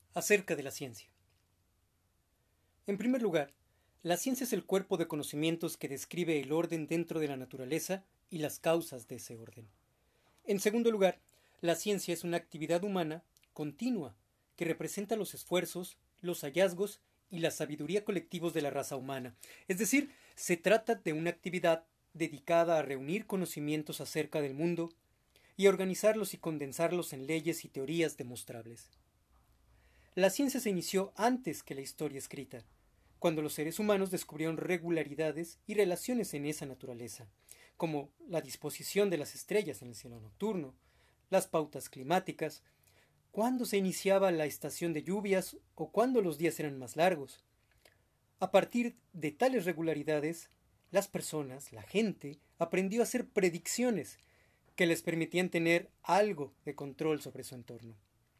Acerca de la ciencia. En primer lugar, la ciencia es el cuerpo de conocimientos que describe el orden dentro de la naturaleza y las causas de ese orden. En segundo lugar, la ciencia es una actividad humana continua que representa los esfuerzos, los hallazgos y la sabiduría colectivos de la raza humana. Es decir, se trata de una actividad dedicada a reunir conocimientos acerca del mundo y a organizarlos y condensarlos en leyes y teorías demostrables. La ciencia se inició antes que la historia escrita, cuando los seres humanos descubrieron regularidades y relaciones en esa naturaleza, como la disposición de las estrellas en el cielo nocturno, las pautas climáticas, cuándo se iniciaba la estación de lluvias o cuándo los días eran más largos. A partir de tales regularidades, las personas, la gente, aprendió a hacer predicciones que les permitían tener algo de control sobre su entorno.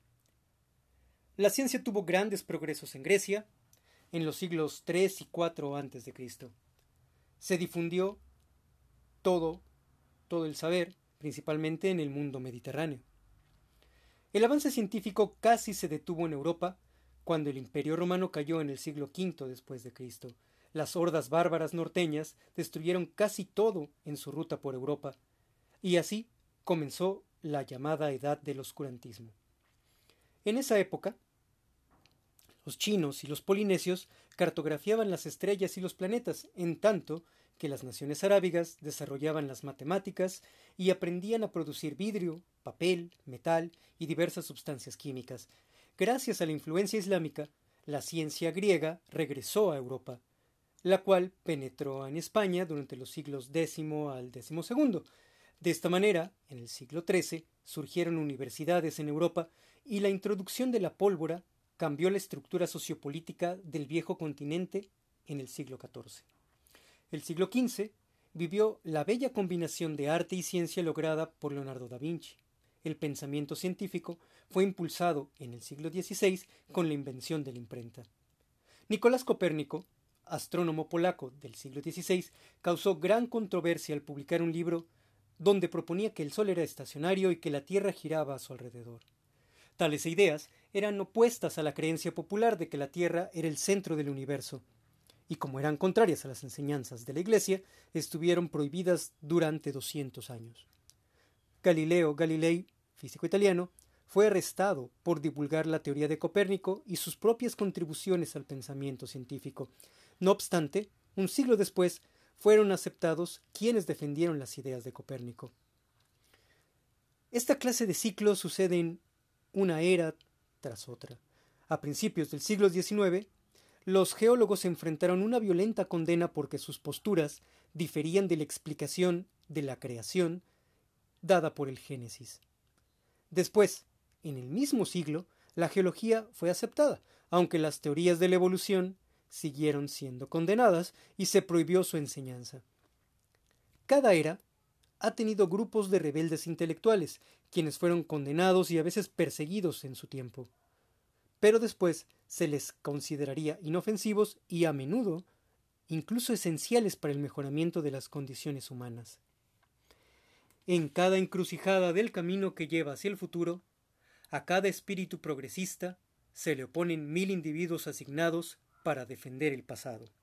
La ciencia tuvo grandes progresos en Grecia, en los siglos III y IV a.C. Se difundió todo el saber, principalmente en el mundo mediterráneo. El avance científico casi se detuvo en Europa cuando el Imperio Romano cayó en el siglo V después de Cristo. Las hordas bárbaras norteñas destruyeron casi todo en su ruta por Europa, y así comenzó la llamada Edad del Oscurantismo. En esa época, los chinos y los polinesios cartografiaban las estrellas y los planetas, en tanto que las naciones arábigas desarrollaban las matemáticas y aprendían a producir vidrio, papel, metal y diversas sustancias químicas. Gracias a la influencia islámica, la ciencia griega regresó a Europa, la cual penetró en España durante los siglos X al XII. De esta manera, en el siglo XIII, surgieron universidades en Europa y la introducción de la pólvora cambió la estructura sociopolítica del viejo continente en el siglo XIV. El siglo XV vivió la bella combinación de arte y ciencia lograda por Leonardo da Vinci. El pensamiento científico fue impulsado en el siglo XVI con la invención de la imprenta. Nicolás Copérnico, astrónomo polaco del siglo XVI, causó gran controversia al publicar un libro donde proponía que el Sol era estacionario y que la Tierra giraba a su alrededor. Tales ideas eran opuestas a la creencia popular de que la Tierra era el centro del universo, y como eran contrarias a las enseñanzas de la Iglesia, estuvieron prohibidas durante 200 años. Galileo Galilei, físico italiano, fue arrestado por divulgar la teoría de Copérnico y sus propias contribuciones al pensamiento científico. No obstante, un siglo después, fueron aceptados quienes defendieron las ideas de Copérnico. Esta clase de ciclos suceden una era tras otra. A principios del siglo XIX, los geólogos enfrentaron una violenta condena porque sus posturas diferían de la explicación de la creación dada por el Génesis. Después, en el mismo siglo, la geología fue aceptada, aunque las teorías de la evolución siguieron siendo condenadas y se prohibió su enseñanza. Cada era ha tenido grupos de rebeldes intelectuales, quienes fueron condenados y a veces perseguidos en su tiempo. Pero después se les consideraría inofensivos y a menudo incluso esenciales para el mejoramiento de las condiciones humanas. En cada encrucijada del camino que lleva hacia el futuro, a cada espíritu progresista se le oponen 1000 individuos asignados para defender el pasado.